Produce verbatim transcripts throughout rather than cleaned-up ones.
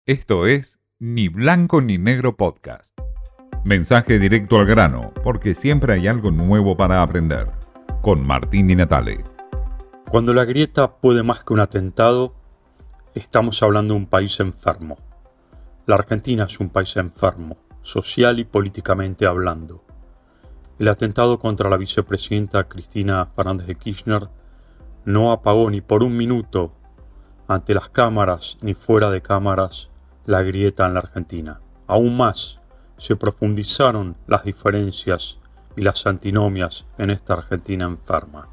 Esto es Ni Blanco ni Negro Podcast. Mensaje directo al grano, porque siempre hay algo nuevo para aprender. Con Martín Di Natale. Cuando la grieta puede más que un atentado, estamos hablando de un país enfermo. La Argentina es un país enfermo, social y políticamente hablando. El atentado contra la vicepresidenta Cristina Fernández de Kirchner no apagó ni por un minuto, ante las cámaras ni fuera de cámaras, la grieta en la Argentina. Aún más, se profundizaron las diferencias y las antinomias en esta Argentina enferma.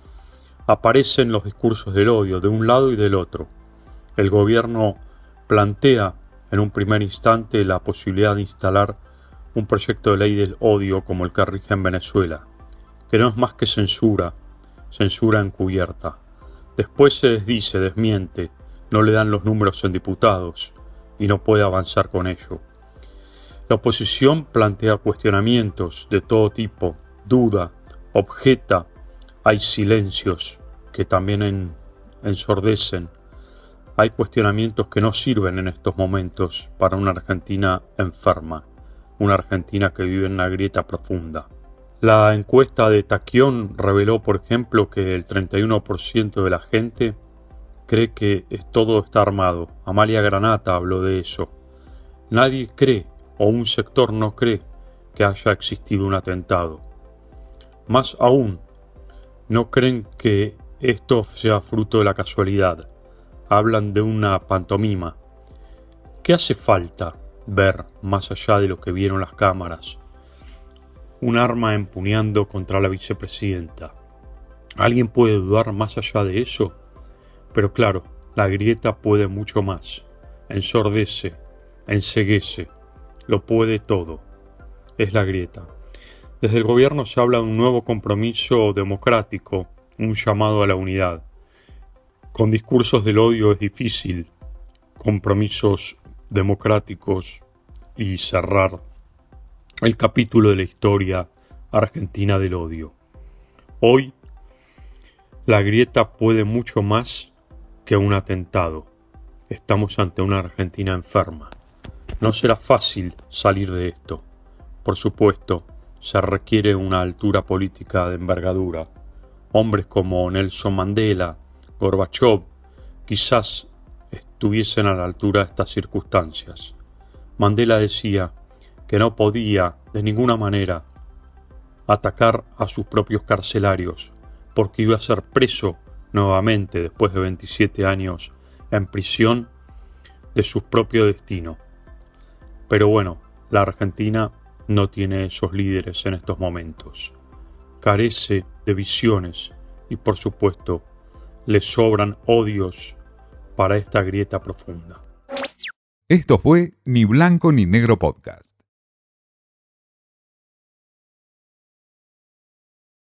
Aparecen los discursos del odio de un lado y del otro. El gobierno plantea en un primer instante la posibilidad de instalar un proyecto de ley del odio como el que rige en Venezuela, que no es más que censura, censura encubierta. Después se desdice, desmiente, no le dan los números en diputados y no puede avanzar con ello. La oposición plantea cuestionamientos de todo tipo, duda, objeta, hay silencios que también en, ensordecen. Hay cuestionamientos que no sirven en estos momentos para una Argentina enferma, una Argentina que vive en una grieta profunda. La encuesta de Taquión reveló, por ejemplo, que el treinta y uno por ciento de la gente cree que todo está armado. Amalia Granata habló de eso. Nadie cree, o un sector no cree, que haya existido un atentado. Más aún, no creen que esto sea fruto de la casualidad. Hablan de una pantomima. ¿Qué hace falta ver más allá de lo que vieron las cámaras? Un arma empuñando contra la vicepresidenta. ¿Alguien puede dudar más allá de eso? Pero claro, la grieta puede mucho más. Ensordece, enceguece, lo puede todo. Es la grieta. Desde el gobierno se habla de un nuevo compromiso democrático, un llamado a la unidad. Con discursos del odio es difícil, compromisos democráticos y cerrar el capítulo de la historia argentina del odio. Hoy, la grieta puede mucho más que un atentado. Estamos ante una Argentina enferma. No será fácil salir de esto. Por supuesto, se requiere una altura política de envergadura. Hombres como Nelson Mandela, Gorbachov, quizás estuviesen a la altura de estas circunstancias. Mandela decía que no podía de ninguna manera atacar a sus propios carcelarios, porque iba a ser preso nuevamente después de veintisiete años en prisión de su propio destino. Pero bueno, la Argentina no tiene esos líderes en estos momentos. Carece de visiones y por supuesto le sobran odios para esta grieta profunda. Esto fue Ni Blanco ni Negro Podcast.